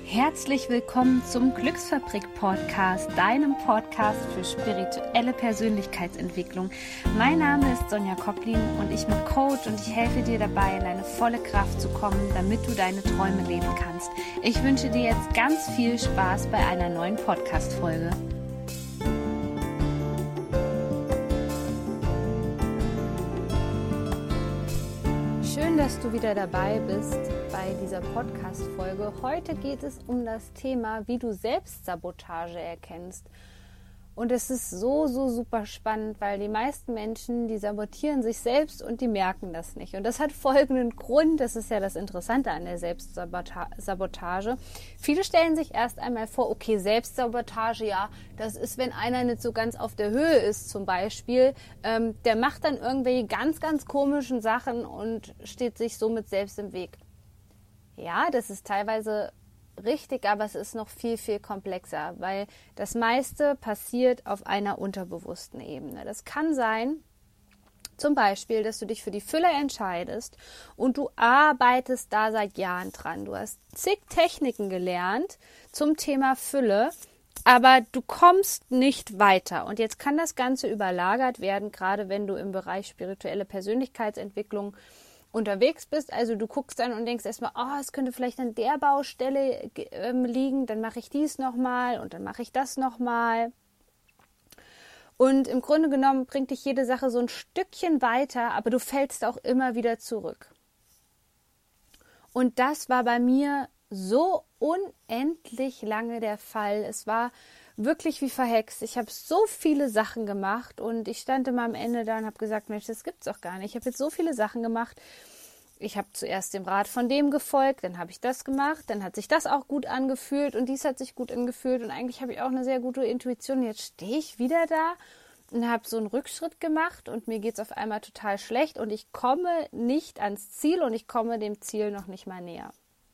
Herzlich willkommen zum Glücksfabrik-Podcast, deinem Podcast für spirituelle Persönlichkeitsentwicklung. Mein Name ist Sonja Koplin und ich bin Coach und ich helfe dir dabei, in deine volle Kraft zu kommen, damit du deine Träume leben kannst. Ich wünsche dir jetzt ganz viel Spaß bei einer neuen Podcast-Folge. Schön, dass du wieder dabei bist bei dieser Podcast-Folge. Heute geht es um das Thema, wie du Selbstsabotage erkennst. Und es ist so super spannend, weil die meisten Menschen, die sabotieren sich selbst und die merken das nicht. Und das hat folgenden Grund, das ist ja das Interessante an der Selbstsabotage. Viele stellen sich erst einmal vor, okay, Selbstsabotage, ja, das ist, wenn einer nicht so ganz auf der Höhe ist zum Beispiel, der macht dann irgendwelche ganz komischen Sachen und steht sich somit selbst im Weg. Ja, das ist teilweise richtig, aber es ist noch viel komplexer, weil das meiste passiert auf einer unterbewussten Ebene. Das kann sein, zum Beispiel, dass du dich für die Fülle entscheidest und du arbeitest da seit Jahren dran. Du hast zig Techniken gelernt zum Thema Fülle, aber du kommst nicht weiter. Und jetzt kann das Ganze überlagert werden, gerade wenn du im Bereich spirituelle Persönlichkeitsentwicklung unterwegs bist, also du guckst dann und denkst erstmal, es könnte vielleicht an der Baustelle liegen, dann mache ich dies nochmal und dann mache ich das nochmal. Und im Grunde genommen bringt dich jede Sache so ein Stückchen weiter, aber du fällst auch immer wieder zurück. Und das war bei mir so unendlich lange der Fall. Es war wirklich wie verhext. Ich habe so viele Sachen gemacht und ich stand immer am Ende da und habe gesagt, Mensch, das gibt's doch gar nicht. Ich habe jetzt so viele Sachen gemacht. Ich habe zuerst dem Rat von dem gefolgt, dann habe ich das gemacht, dann hat sich das auch gut angefühlt und dies hat sich gut angefühlt und eigentlich habe ich auch eine sehr gute Intuition. Jetzt stehe ich wieder da und habe so einen Rückschritt gemacht und mir geht's auf einmal total schlecht und ich komme nicht ans Ziel und ich komme dem Ziel noch nicht mal näher.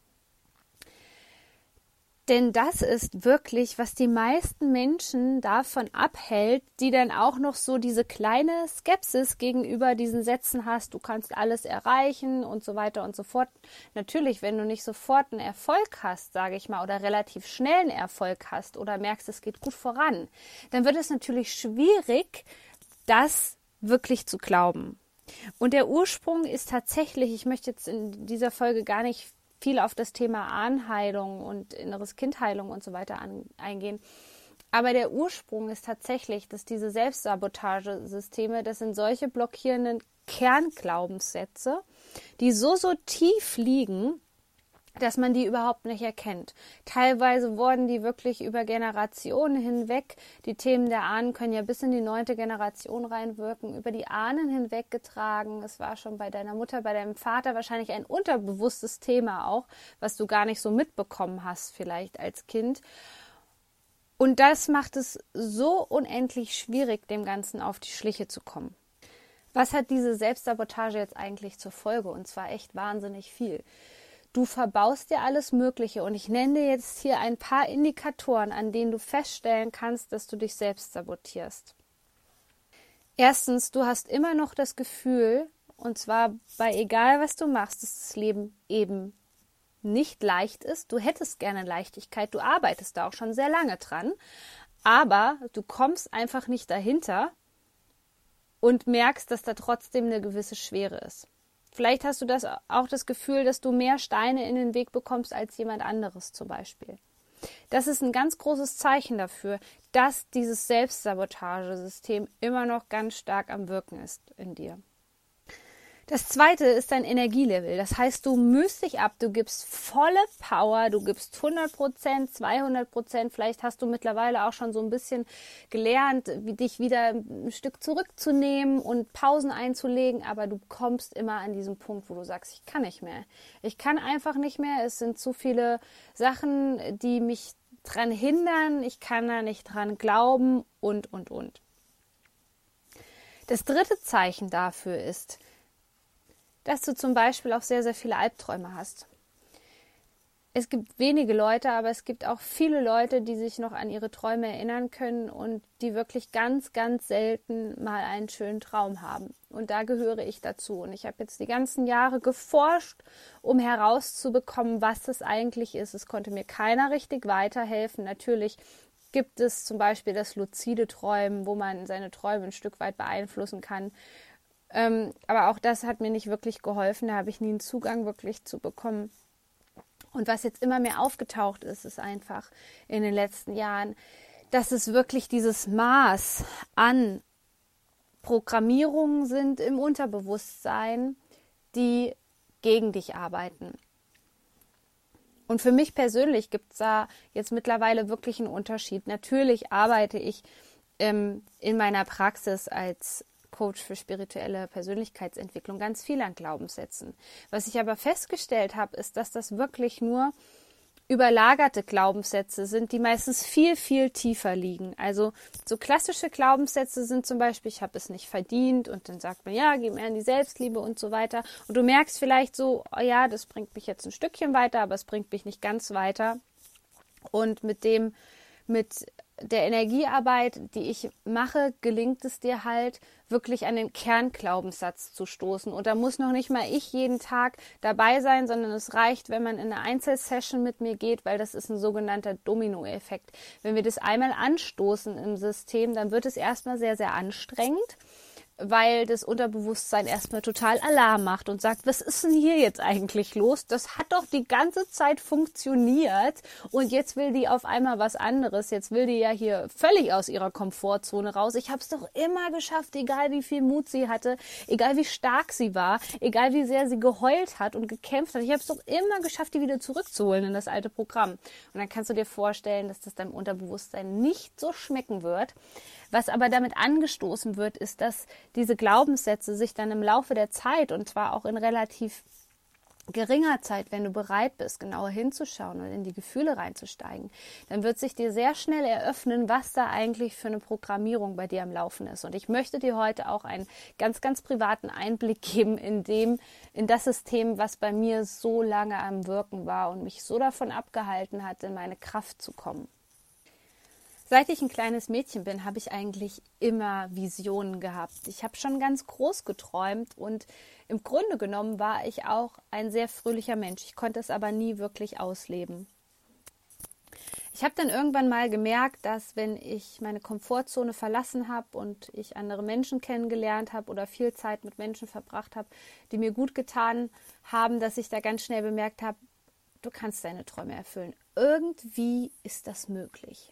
Denn das ist wirklich, was die meisten Menschen davon abhält, die dann auch noch so diese kleine Skepsis gegenüber diesen Sätzen hast, du kannst alles erreichen und so weiter und so fort. Natürlich, wenn du nicht sofort einen Erfolg hast, sage ich mal, oder relativ schnell einen Erfolg hast oder merkst, es geht gut voran, dann wird es natürlich schwierig, das wirklich zu glauben. Und der Ursprung ist tatsächlich, ich möchte jetzt in dieser Folge gar nicht viel auf das Thema Ahnenheilung und inneres Kindheilung und so weiter eingehen. Aber der Ursprung ist tatsächlich, dass diese Selbstsabotagesysteme, das sind solche blockierenden Kernglaubenssätze, die so tief liegen, dass man die überhaupt nicht erkennt. Teilweise wurden die wirklich über Generationen hinweg, die Themen der Ahnen können ja bis in die 9. Generation reinwirken, über die Ahnen hinweg getragen. Es war schon bei deiner Mutter, bei deinem Vater wahrscheinlich ein unterbewusstes Thema auch, was du gar nicht so mitbekommen hast vielleicht als Kind. Und das macht es so unendlich schwierig, dem Ganzen auf die Schliche zu kommen. Was hat diese Selbstsabotage jetzt eigentlich zur Folge? Und zwar echt wahnsinnig viel. Du verbaust dir alles Mögliche und ich nenne dir jetzt hier ein paar Indikatoren, an denen du feststellen kannst, dass du dich selbst sabotierst. Erstens, du hast immer noch das Gefühl, und zwar bei egal was du machst, dass das Leben eben nicht leicht ist. Du hättest gerne Leichtigkeit, du arbeitest da auch schon sehr lange dran, aber du kommst einfach nicht dahinter und merkst, dass da trotzdem eine gewisse Schwere ist. Vielleicht hast du auch das Gefühl, dass du mehr Steine in den Weg bekommst als jemand anderes zum Beispiel. Das ist ein ganz großes Zeichen dafür, dass dieses Selbstsabotagesystem immer noch ganz stark am Wirken ist in dir. Das zweite ist dein Energielevel. Das heißt, du mühst dich ab, du gibst volle Power, du gibst 100%, 200%. Vielleicht hast du mittlerweile auch schon so ein bisschen gelernt, wie dich wieder ein Stück zurückzunehmen und Pausen einzulegen. Aber du kommst immer an diesen Punkt, wo du sagst, ich kann nicht mehr. Ich kann einfach nicht mehr. Es sind zu viele Sachen, die mich dran hindern. Ich kann da nicht dran glauben und. Das dritte Zeichen dafür ist, dass du zum Beispiel auch sehr viele Albträume hast. es gibt wenige Leute, aber es gibt auch viele Leute, die sich noch an ihre Träume erinnern können und die wirklich ganz, ganz selten mal einen schönen Traum haben. Und da gehöre ich dazu. Und ich habe jetzt die ganzen Jahre geforscht, um herauszubekommen, was das eigentlich ist. Es konnte mir keiner richtig weiterhelfen. Natürlich gibt es zum Beispiel das luzide Träumen, wo man seine Träume ein Stück weit beeinflussen kann. Aber auch das hat mir nicht wirklich geholfen. Da habe ich nie einen Zugang wirklich zu bekommen. Und was jetzt immer mehr aufgetaucht ist, ist einfach in den letzten Jahren, dass es wirklich dieses Maß an Programmierungen sind im Unterbewusstsein, die gegen dich arbeiten. Und für mich persönlich gibt es da jetzt mittlerweile wirklich einen Unterschied. Natürlich arbeite ich in meiner Praxis als Coach für spirituelle Persönlichkeitsentwicklung ganz viel an Glaubenssätzen. Was ich aber festgestellt habe, ist, dass das wirklich nur überlagerte Glaubenssätze sind, die meistens viel, viel tiefer liegen. Also so klassische Glaubenssätze sind zum Beispiel, ich habe es nicht verdient und dann sagt man, ja, geh mehr in die Selbstliebe und so weiter. Und du merkst vielleicht so, oh ja, das bringt mich jetzt ein Stückchen weiter, aber es bringt mich nicht ganz weiter. Und mit der Energiearbeit, die ich mache, gelingt es dir halt, wirklich an den Kernglaubenssatz zu stoßen. Und da muss noch nicht mal ich jeden Tag dabei sein, sondern es reicht, wenn man in eine Einzelsession mit mir geht, weil das ist ein sogenannter Dominoeffekt. Wenn wir das einmal anstoßen im System, dann wird es erstmal sehr, sehr anstrengend, weil das Unterbewusstsein erstmal total Alarm macht und sagt, was ist denn hier jetzt eigentlich los? Das hat doch die ganze Zeit funktioniert und jetzt will die auf einmal was anderes. Jetzt will die ja hier völlig aus ihrer Komfortzone raus. Ich habe es doch immer geschafft, egal wie viel Mut sie hatte, egal wie stark sie war, egal wie sehr sie geheult hat und gekämpft hat. Ich habe es doch immer geschafft, die wieder zurückzuholen in das alte Programm. Und dann kannst du dir vorstellen, dass das deinem Unterbewusstsein nicht so schmecken wird. Was aber damit angestoßen wird, ist, dass diese Glaubenssätze sich dann im Laufe der Zeit, und zwar auch in relativ geringer Zeit, wenn du bereit bist, genauer hinzuschauen und in die Gefühle reinzusteigen, dann wird sich dir sehr schnell eröffnen, was da eigentlich für eine Programmierung bei dir am Laufen ist. Und ich möchte dir heute auch einen ganz, ganz privaten Einblick geben in das System, was bei mir so lange am Wirken war und mich so davon abgehalten hat, in meine Kraft zu kommen. Seit ich ein kleines Mädchen bin, habe ich eigentlich immer Visionen gehabt. Ich habe schon ganz groß geträumt und im Grunde genommen war ich auch ein sehr fröhlicher Mensch. Ich konnte es aber nie wirklich ausleben. Ich habe dann irgendwann mal gemerkt, dass wenn ich meine Komfortzone verlassen habe und ich andere Menschen kennengelernt habe oder viel Zeit mit Menschen verbracht habe, die mir gut getan haben, dass ich da ganz schnell bemerkt habe, du kannst deine Träume erfüllen. Irgendwie ist das möglich.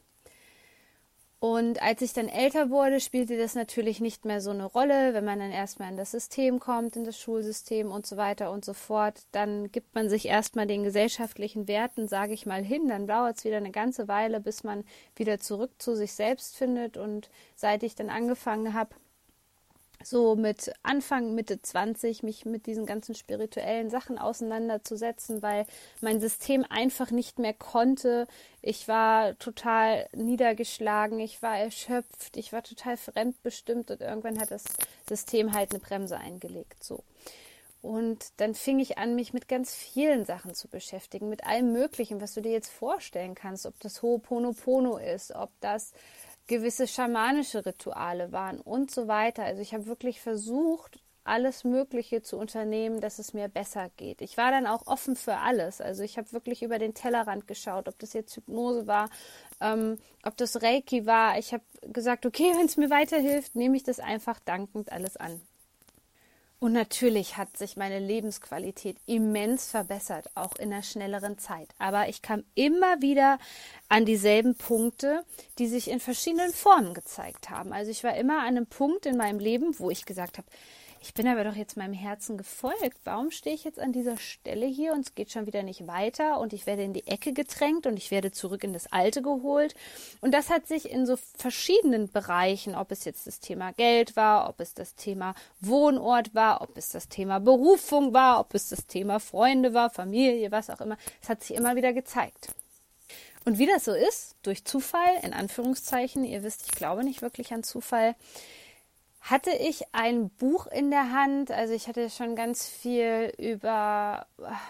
Und als ich dann älter wurde, spielte das natürlich nicht mehr so eine Rolle. Wenn man dann erstmal in das System kommt, in das Schulsystem und so weiter und so fort, dann gibt man sich erstmal den gesellschaftlichen Werten, sage ich mal, hin. Dann dauert es wieder eine ganze Weile, bis man wieder zurück zu sich selbst findet. Und seit ich dann angefangen habe, so mit Anfang, Mitte 20 mich mit diesen ganzen spirituellen Sachen auseinanderzusetzen, weil mein System einfach nicht mehr konnte. Ich war total niedergeschlagen, ich war erschöpft, ich war total fremdbestimmt und irgendwann hat das System halt eine Bremse eingelegt. So. Und dann fing ich an, mich mit ganz vielen Sachen zu beschäftigen, mit allem Möglichen, was du dir jetzt vorstellen kannst, ob das Ho'oponopono ist, ob das gewisse schamanische Rituale waren und so weiter. Also ich habe wirklich versucht, alles Mögliche zu unternehmen, dass es mir besser geht. Ich war dann auch offen für alles. Also ich habe wirklich über den Tellerrand geschaut, ob das jetzt Hypnose war, ob das Reiki war. Ich habe gesagt, okay, wenn es mir weiterhilft, nehme ich das einfach dankend alles an. Und natürlich hat sich meine Lebensqualität immens verbessert, auch in einer schnelleren Zeit. Aber ich kam immer wieder an dieselben Punkte, die sich in verschiedenen Formen gezeigt haben. Also ich war immer an einem Punkt in meinem Leben, wo ich gesagt habe, ich bin aber doch jetzt meinem Herzen gefolgt. Warum stehe ich jetzt an dieser Stelle hier und es geht schon wieder nicht weiter und ich werde in die Ecke gedrängt und ich werde zurück in das Alte geholt? Und das hat sich in so verschiedenen Bereichen, ob es jetzt das Thema Geld war, ob es das Thema Wohnort war, ob es das Thema Berufung war, ob es das Thema Freunde war, Familie, was auch immer. Es hat sich immer wieder gezeigt. Und wie das so ist, durch Zufall, in Anführungszeichen, ihr wisst, ich glaube nicht wirklich an Zufall, hatte ich ein Buch in der Hand. Also ich hatte schon ganz viel über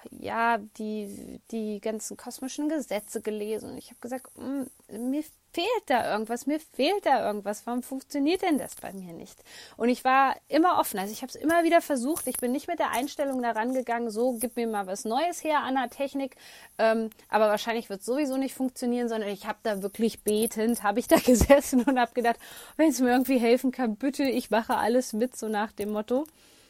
die ganzen kosmischen Gesetze gelesen. Und ich habe gesagt, mir fehlt da irgendwas. Warum funktioniert denn das bei mir nicht? Und ich war immer offen. Also ich habe es immer wieder versucht. Ich bin nicht mit der Einstellung daran gegangen, so, gib mir mal was Neues her an der Technik. Aber wahrscheinlich wird es sowieso nicht funktionieren, sondern ich habe da wirklich betend, habe ich da gesessen und habe gedacht, wenn es mir irgendwie helfen kann, bitte, ich mache alles mit, so nach dem Motto.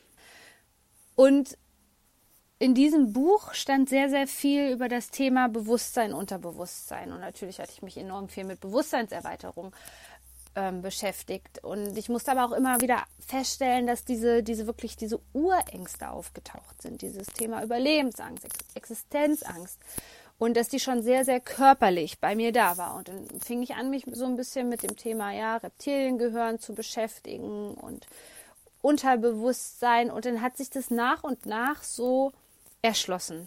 Und in diesem Buch stand sehr, sehr viel über das Thema Bewusstsein, Unterbewusstsein. Und natürlich hatte ich mich enorm viel mit Bewusstseinserweiterung beschäftigt. Und ich musste aber auch immer wieder feststellen, dass diese Urängste aufgetaucht sind. Dieses Thema Überlebensangst, Existenzangst. Und dass die schon sehr, sehr körperlich bei mir da war. Und dann fing ich an, mich so ein bisschen mit dem Thema Reptiliengehirn zu beschäftigen und Unterbewusstsein. Und dann hat sich das nach und nach so erschlossen.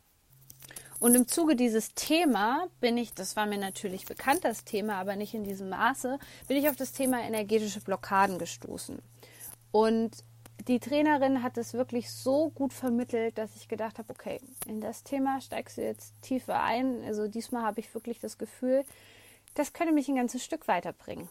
Und im Zuge dieses Thema das war mir natürlich bekannt, das Thema, aber nicht in diesem Maße, bin ich auf das Thema energetische Blockaden gestoßen. Und die Trainerin hat es wirklich so gut vermittelt, dass ich gedacht habe, okay, in das Thema steigst du jetzt tiefer ein. Also diesmal habe ich wirklich das Gefühl, das könnte mich ein ganzes Stück weiterbringen.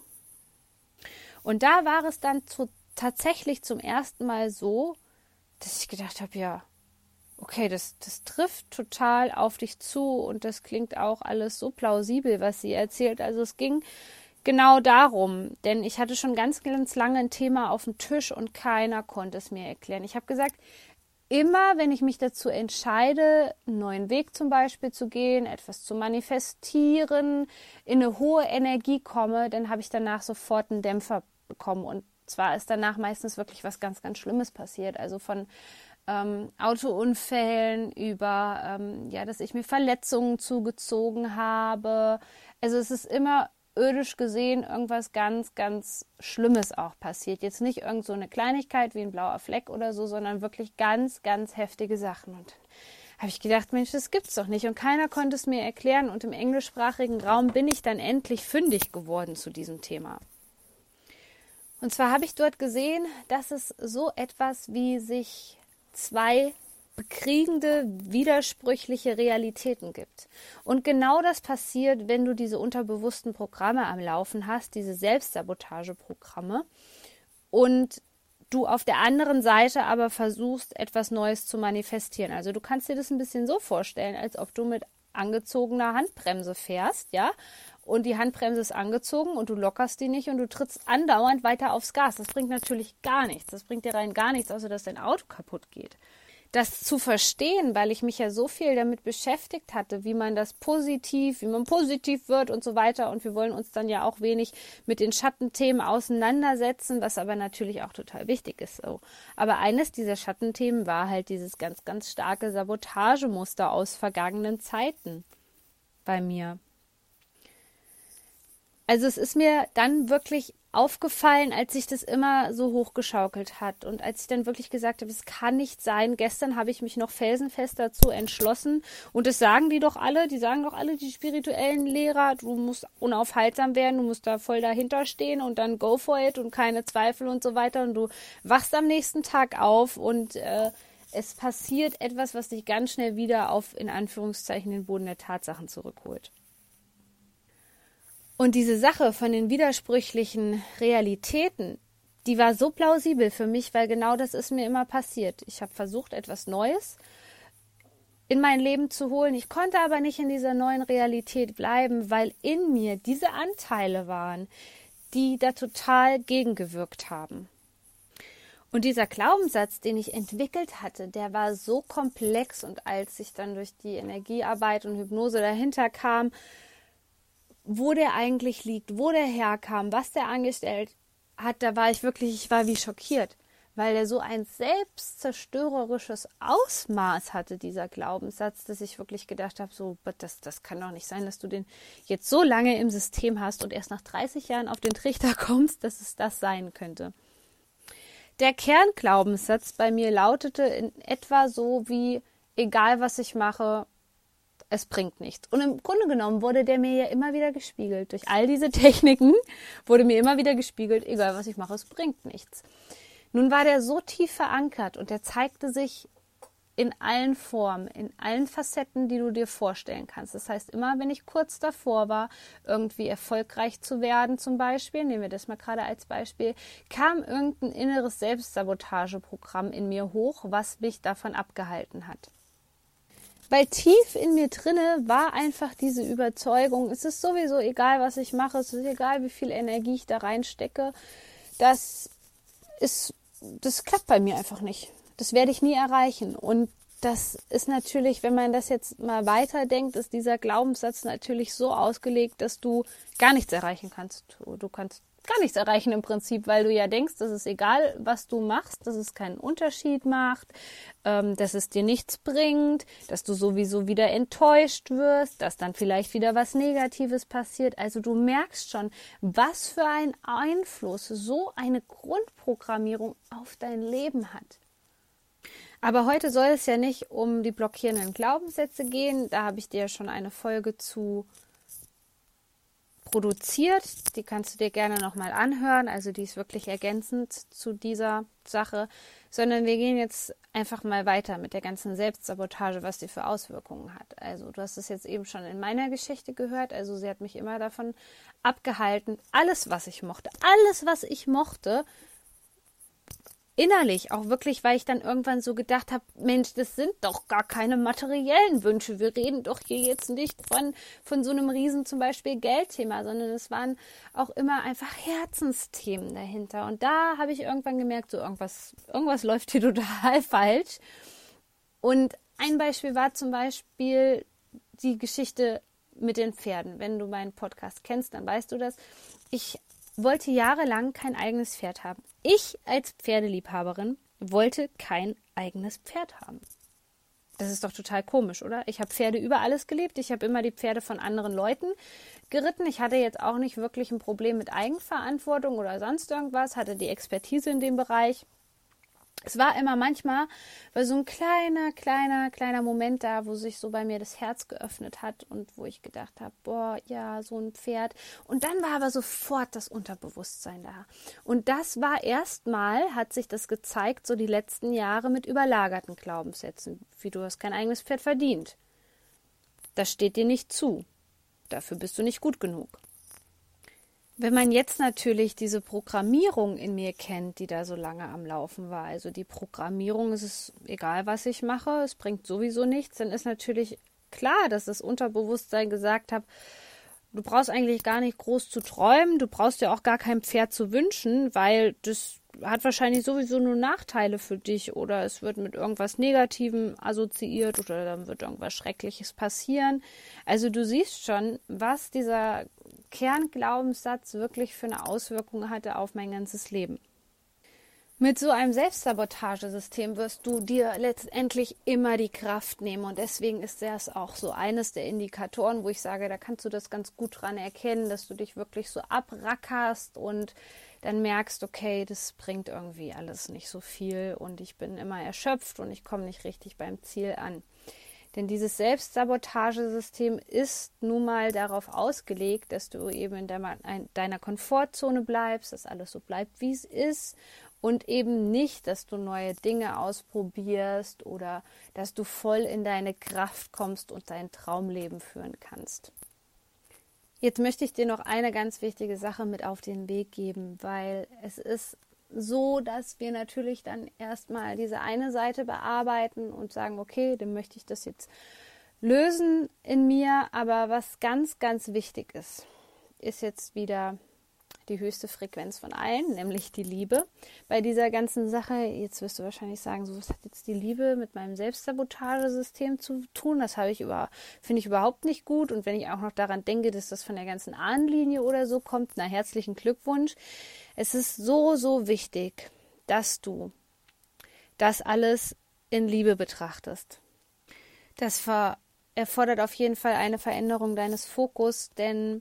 Und da war es dann tatsächlich zum ersten Mal so, dass ich gedacht habe, ja, okay, das trifft total auf dich zu und das klingt auch alles so plausibel, was sie erzählt. Also es ging genau darum, denn ich hatte schon ganz, ganz lange ein Thema auf dem Tisch und keiner konnte es mir erklären. Ich habe gesagt, immer wenn ich mich dazu entscheide, einen neuen Weg zum Beispiel zu gehen, etwas zu manifestieren, in eine hohe Energie komme, dann habe ich danach sofort einen Dämpfer bekommen. Und zwar ist danach meistens wirklich was ganz, ganz Schlimmes passiert. Also von Autounfällen über, dass ich mir Verletzungen zugezogen habe. Also es ist immer irdisch gesehen irgendwas ganz, ganz Schlimmes auch passiert. Jetzt nicht irgend so eine Kleinigkeit wie ein blauer Fleck oder so, sondern wirklich ganz, ganz heftige Sachen. Und dann habe ich gedacht, Mensch, das gibt's doch nicht. Und keiner konnte es mir erklären. Und im englischsprachigen Raum bin ich dann endlich fündig geworden zu diesem Thema. Und zwar habe ich dort gesehen, dass es so etwas wie sich zwei bekriegende, widersprüchliche Realitäten gibt. Und genau das passiert, wenn du diese unterbewussten Programme am Laufen hast, diese Selbstsabotageprogramme, und du auf der anderen Seite aber versuchst, etwas Neues zu manifestieren. Also du kannst dir das ein bisschen so vorstellen, als ob du mit angezogener Handbremse fährst, ja, und die Handbremse ist angezogen und du lockerst die nicht und du trittst andauernd weiter aufs Gas. Das bringt natürlich gar nichts. Das bringt dir rein gar nichts, außer dass dein Auto kaputt geht. Das zu verstehen, weil ich mich ja so viel damit beschäftigt hatte, wie man positiv wird und so weiter. Und wir wollen uns dann ja auch wenig mit den Schattenthemen auseinandersetzen, was aber natürlich auch total wichtig ist. So. Aber eines dieser Schattenthemen war halt dieses ganz, ganz starke Sabotagemuster aus vergangenen Zeiten bei mir. Also es ist mir dann wirklich aufgefallen, als sich das immer so hochgeschaukelt hat und als ich dann wirklich gesagt habe, es kann nicht sein. Gestern habe ich mich noch felsenfest dazu entschlossen und das sagen die sagen doch alle, die spirituellen Lehrer, du musst unaufhaltsam werden, du musst da voll dahinter stehen und dann go for it und keine Zweifel und so weiter und du wachst am nächsten Tag auf und es passiert etwas, was dich ganz schnell wieder auf, in Anführungszeichen, den Boden der Tatsachen zurückholt. Und diese Sache von den widersprüchlichen Realitäten, die war so plausibel für mich, weil genau das ist mir immer passiert. Ich habe versucht, etwas Neues in mein Leben zu holen. Ich konnte aber nicht in dieser neuen Realität bleiben, weil in mir diese Anteile waren, die da total gegengewirkt haben. Und dieser Glaubenssatz, den ich entwickelt hatte, der war so komplex und als ich dann durch die Energiearbeit und Hypnose dahinter kam, wo der eigentlich liegt, wo der herkam, was der angestellt hat, ich war wie schockiert, weil er so ein selbstzerstörerisches Ausmaß hatte, dieser Glaubenssatz, dass ich wirklich gedacht habe, so, das kann doch nicht sein, dass du den jetzt so lange im System hast und erst nach 30 Jahren auf den Trichter kommst, dass es das sein könnte. Der Kernglaubenssatz bei mir lautete in etwa so wie, egal was ich mache, es bringt nichts. Und im Grunde genommen wurde der mir ja immer wieder gespiegelt. Durch all diese Techniken wurde mir immer wieder gespiegelt, egal was ich mache, es bringt nichts. Nun war der so tief verankert und der zeigte sich in allen Formen, in allen Facetten, die du dir vorstellen kannst. Das heißt, immer wenn ich kurz davor war, irgendwie erfolgreich zu werden zum Beispiel, nehmen wir das mal gerade als Beispiel, kam irgendein inneres Selbstsabotageprogramm in mir hoch, was mich davon abgehalten hat. Weil tief in mir drinne war einfach diese Überzeugung, es ist sowieso egal, was ich mache, es ist egal, wie viel Energie ich da reinstecke, das klappt bei mir einfach nicht. Das werde ich nie erreichen. Und das ist natürlich, wenn man das jetzt mal weiterdenkt, ist dieser Glaubenssatz natürlich so ausgelegt, dass du gar nichts erreichen kannst. Du kannst gar nichts erreichen im Prinzip, weil du ja denkst, dass es egal, was du machst, dass es keinen Unterschied macht, dass es dir nichts bringt, dass du sowieso wieder enttäuscht wirst, dass dann vielleicht wieder was Negatives passiert. Also du merkst schon, was für einen Einfluss so eine Grundprogrammierung auf dein Leben hat. Aber heute soll es ja nicht um die blockierenden Glaubenssätze gehen. Da habe ich dir schon eine Folge zu produziert. Die kannst du dir gerne nochmal anhören. Also die ist wirklich ergänzend zu dieser Sache. Sondern wir gehen jetzt einfach mal weiter mit der ganzen Selbstsabotage, was die für Auswirkungen hat. Also du hast es jetzt eben schon in meiner Geschichte gehört. Also sie hat mich immer davon abgehalten, alles, was ich mochte, innerlich auch wirklich, weil ich dann irgendwann so gedacht habe, Mensch, das sind doch gar keine materiellen Wünsche. Wir reden doch hier jetzt nicht von so einem riesen zum Beispiel Geldthema, sondern es waren auch immer einfach Herzensthemen dahinter. Und da habe ich irgendwann gemerkt, so irgendwas läuft hier total falsch. Und ein Beispiel war zum Beispiel die Geschichte mit den Pferden. Wenn du meinen Podcast kennst, dann weißt du das. Ich wollte jahrelang kein eigenes Pferd haben. Ich als Pferdeliebhaberin wollte kein eigenes Pferd haben. Das ist doch total komisch, oder? Ich habe Pferde über alles geliebt. Ich habe immer die Pferde von anderen Leuten geritten. Ich hatte jetzt auch nicht wirklich ein Problem mit Eigenverantwortung oder sonst irgendwas, hatte die Expertise in dem Bereich. Es war immer manchmal so ein kleiner Moment da, wo sich so bei mir das Herz geöffnet hat und wo ich gedacht habe, boah, ja, so ein Pferd. Und dann war aber sofort das Unterbewusstsein da. Und das war erstmal, hat sich das gezeigt, so die letzten Jahre mit überlagerten Glaubenssätzen, wie du hast kein eigenes Pferd verdient. Das steht dir nicht zu. Dafür bist du nicht gut genug. Wenn man jetzt natürlich diese Programmierung in mir kennt, die da so lange am Laufen war, also die Programmierung, es ist egal, was ich mache, es bringt sowieso nichts, dann ist natürlich klar, dass das Unterbewusstsein gesagt hat, du brauchst eigentlich gar nicht groß zu träumen, du brauchst ja auch gar kein Pferd zu wünschen, weil das hat wahrscheinlich sowieso nur Nachteile für dich oder es wird mit irgendwas Negativem assoziiert oder dann wird irgendwas Schreckliches passieren. Also du siehst schon, was dieser Kernglaubenssatz wirklich für eine Auswirkung hatte auf mein ganzes Leben. Mit so einem Selbstsabotagesystem wirst du dir letztendlich immer die Kraft nehmen und deswegen ist das auch so eines der Indikatoren, wo ich sage, da kannst du das ganz gut dran erkennen, dass du dich wirklich so abrackerst und dann merkst, okay, das bringt irgendwie alles nicht so viel und ich bin immer erschöpft und ich komme nicht richtig beim Ziel an. Denn dieses Selbstsabotagesystem ist nun mal darauf ausgelegt, dass du eben in deiner Komfortzone bleibst, dass alles so bleibt, wie es ist und eben nicht, dass du neue Dinge ausprobierst oder dass du voll in deine Kraft kommst und dein Traumleben führen kannst. Jetzt möchte ich dir noch eine ganz wichtige Sache mit auf den Weg geben, weil es ist so, dass wir natürlich dann erstmal diese eine Seite bearbeiten und sagen, okay, dann möchte ich das jetzt lösen in mir. Aber was ganz, ganz wichtig ist, ist jetzt wieder die höchste Frequenz von allen, nämlich die Liebe. Bei dieser ganzen Sache, jetzt wirst du wahrscheinlich sagen, so was hat jetzt die Liebe mit meinem Selbstsabotagesystem zu tun? Das finde ich überhaupt nicht gut. Und wenn ich auch noch daran denke, dass das von der ganzen Ahnenlinie oder so kommt, na, herzlichen Glückwunsch. Es ist so, so wichtig, dass du das alles in Liebe betrachtest. Das erfordert auf jeden Fall eine Veränderung deines Fokus, denn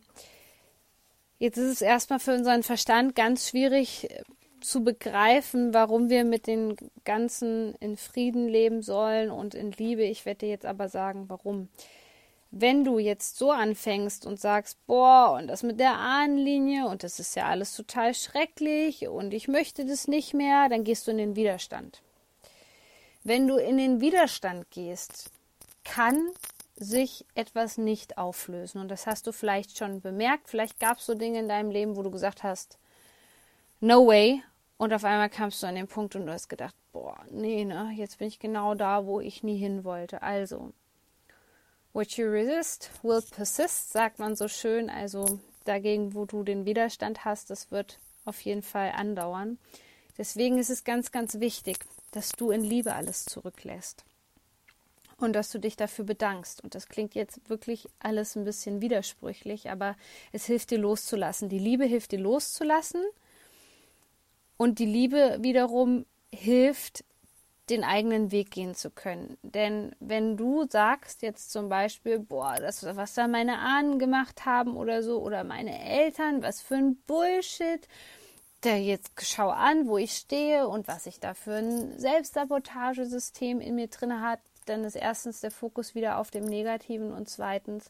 jetzt ist es erstmal für unseren Verstand ganz schwierig zu begreifen, warum wir mit den Ganzen in Frieden leben sollen und in Liebe. Ich werde dir jetzt aber sagen, warum. Wenn du jetzt so anfängst und sagst, boah, und das mit der Ahnenlinie und das ist ja alles total schrecklich und ich möchte das nicht mehr, dann gehst du in den Widerstand. Wenn du in den Widerstand gehst, kann sich etwas nicht auflösen. Und das hast du vielleicht schon bemerkt. Vielleicht gab es so Dinge in deinem Leben, wo du gesagt hast, no way. Und auf einmal kamst du an den Punkt und du hast gedacht, boah, nee, ne, jetzt bin ich genau da, wo ich nie hin wollte. Also, what you resist will persist, sagt man so schön. Also dagegen, wo du den Widerstand hast, das wird auf jeden Fall andauern. Deswegen ist es ganz, ganz wichtig, dass du in Liebe alles zurücklässt und dass du dich dafür bedankst. Und das klingt jetzt wirklich alles ein bisschen widersprüchlich, aber es hilft dir loszulassen. Die Liebe hilft dir loszulassen und die Liebe wiederum hilft, den eigenen Weg gehen zu können. Denn wenn du sagst jetzt zum Beispiel, boah, das, was da meine Ahnen gemacht haben oder so, oder meine Eltern, was für ein Bullshit, da jetzt schau an, wo ich stehe und was ich da für ein Selbstsabotagesystem in mir drin hat, dann ist erstens der Fokus wieder auf dem Negativen und zweitens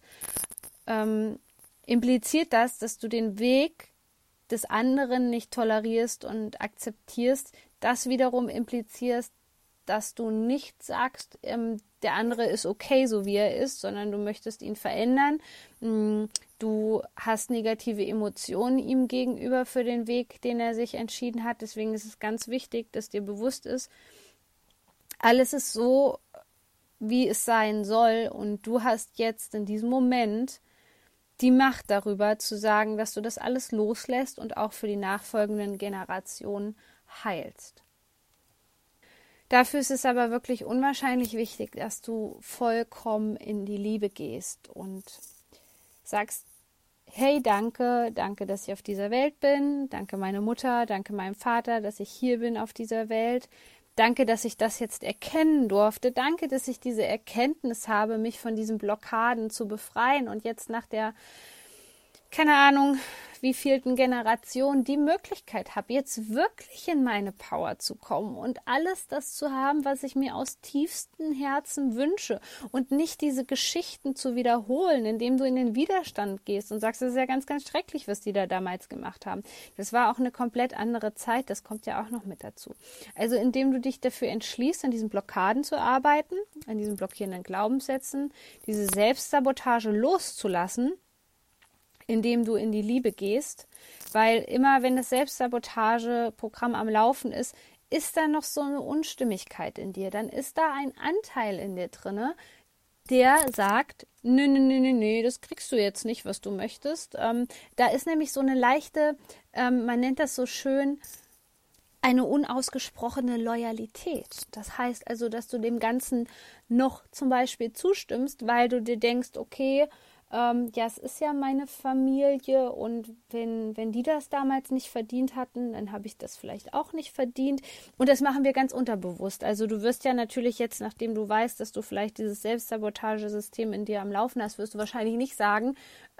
impliziert das, dass du den Weg des anderen nicht tolerierst und akzeptierst. Das wiederum impliziert, dass du nicht sagst, der andere ist okay, so wie er ist, sondern du möchtest ihn verändern. Du hast negative Emotionen ihm gegenüber für den Weg, den er sich entschieden hat. Deswegen ist es ganz wichtig, dass dir bewusst ist, alles ist so, wie es sein soll. Und du hast jetzt in diesem Moment die Macht darüber, zu sagen, dass du das alles loslässt und auch für die nachfolgenden Generationen heilst. Dafür ist es aber wirklich unwahrscheinlich wichtig, dass du vollkommen in die Liebe gehst und sagst, hey, danke, dass ich auf dieser Welt bin, danke meine Mutter, danke meinem Vater, dass ich hier bin auf dieser Welt, danke, dass ich das jetzt erkennen durfte, danke, dass ich diese Erkenntnis habe, mich von diesen Blockaden zu befreien und jetzt nach der, keine Ahnung, wievielten Generation die Möglichkeit habe, jetzt wirklich in meine Power zu kommen und alles das zu haben, was ich mir aus tiefstem Herzen wünsche und nicht diese Geschichten zu wiederholen, indem du in den Widerstand gehst und sagst, das ist ja ganz, ganz schrecklich, was die da damals gemacht haben. Das war auch eine komplett andere Zeit, das kommt ja auch noch mit dazu. Also indem du dich dafür entschließt, an diesen Blockaden zu arbeiten, an diesen blockierenden Glaubenssätzen, diese Selbstsabotage loszulassen, indem du in die Liebe gehst, weil immer, wenn das Selbstsabotageprogramm am Laufen ist, ist da noch so eine Unstimmigkeit in dir, dann ist da ein Anteil in dir drinne, der sagt, nee, das kriegst du jetzt nicht, was du möchtest. Da ist nämlich so eine leichte, man nennt das so schön, eine unausgesprochene Loyalität. Das heißt also, dass du dem Ganzen noch zum Beispiel zustimmst, weil du dir denkst, okay, ja, es ist ja meine Familie und wenn die das damals nicht verdient hatten, dann habe ich das vielleicht auch nicht verdient. Und das machen wir ganz unterbewusst. Also du wirst ja natürlich jetzt, nachdem du weißt, dass du vielleicht dieses Selbstsabotagesystem in dir am Laufen hast, wirst du wahrscheinlich nicht sagen,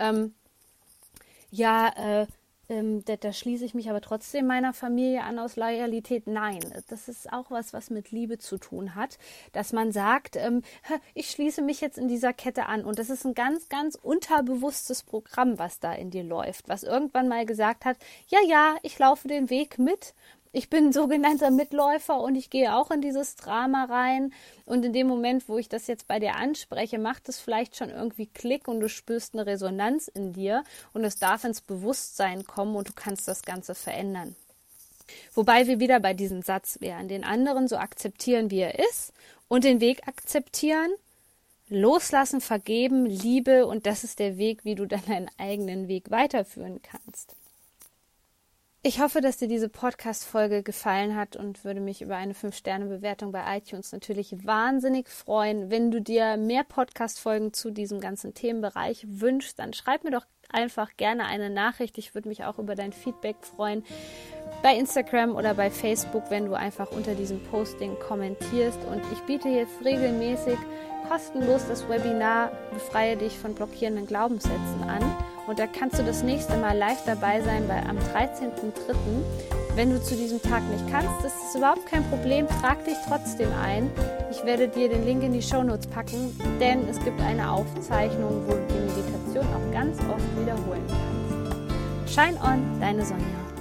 da schließe ich mich aber trotzdem meiner Familie an aus Loyalität. Nein, das ist auch was mit Liebe zu tun hat, dass man sagt, ich schließe mich jetzt in dieser Kette an. Und das ist ein ganz, ganz unterbewusstes Programm, was da in dir läuft, was irgendwann mal gesagt hat, ja, ich laufe den Weg mit. Ich bin ein sogenannter Mitläufer und ich gehe auch in dieses Drama rein. Und in dem Moment, wo ich das jetzt bei dir anspreche, macht es vielleicht schon irgendwie Klick und du spürst eine Resonanz in dir und es darf ins Bewusstsein kommen und du kannst das Ganze verändern. Wobei wir wieder bei diesem Satz wären, den anderen so akzeptieren, wie er ist und den Weg akzeptieren, loslassen, vergeben, Liebe und das ist der Weg, wie du dann deinen eigenen Weg weiterführen kannst. Ich hoffe, dass dir diese Podcast-Folge gefallen hat und würde mich über eine 5-Sterne-Bewertung bei iTunes natürlich wahnsinnig freuen. Wenn du dir mehr Podcast-Folgen zu diesem ganzen Themenbereich wünschst, dann schreib mir doch einfach gerne eine Nachricht. Ich würde mich auch über dein Feedback freuen. Bei Instagram oder bei Facebook, wenn du einfach unter diesem Posting kommentierst. Und ich biete jetzt regelmäßig kostenlos das Webinar Befreie dich von blockierenden Glaubenssätzen an. Und da kannst du das nächste Mal live dabei sein, weil am 13.03., wenn du zu diesem Tag nicht kannst, das ist überhaupt kein Problem, trag dich trotzdem ein. Ich werde dir den Link in die Shownotes packen, denn es gibt eine Aufzeichnung, wo du die Meditation auch ganz oft wiederholen kannst. Shine on, deine Sonja.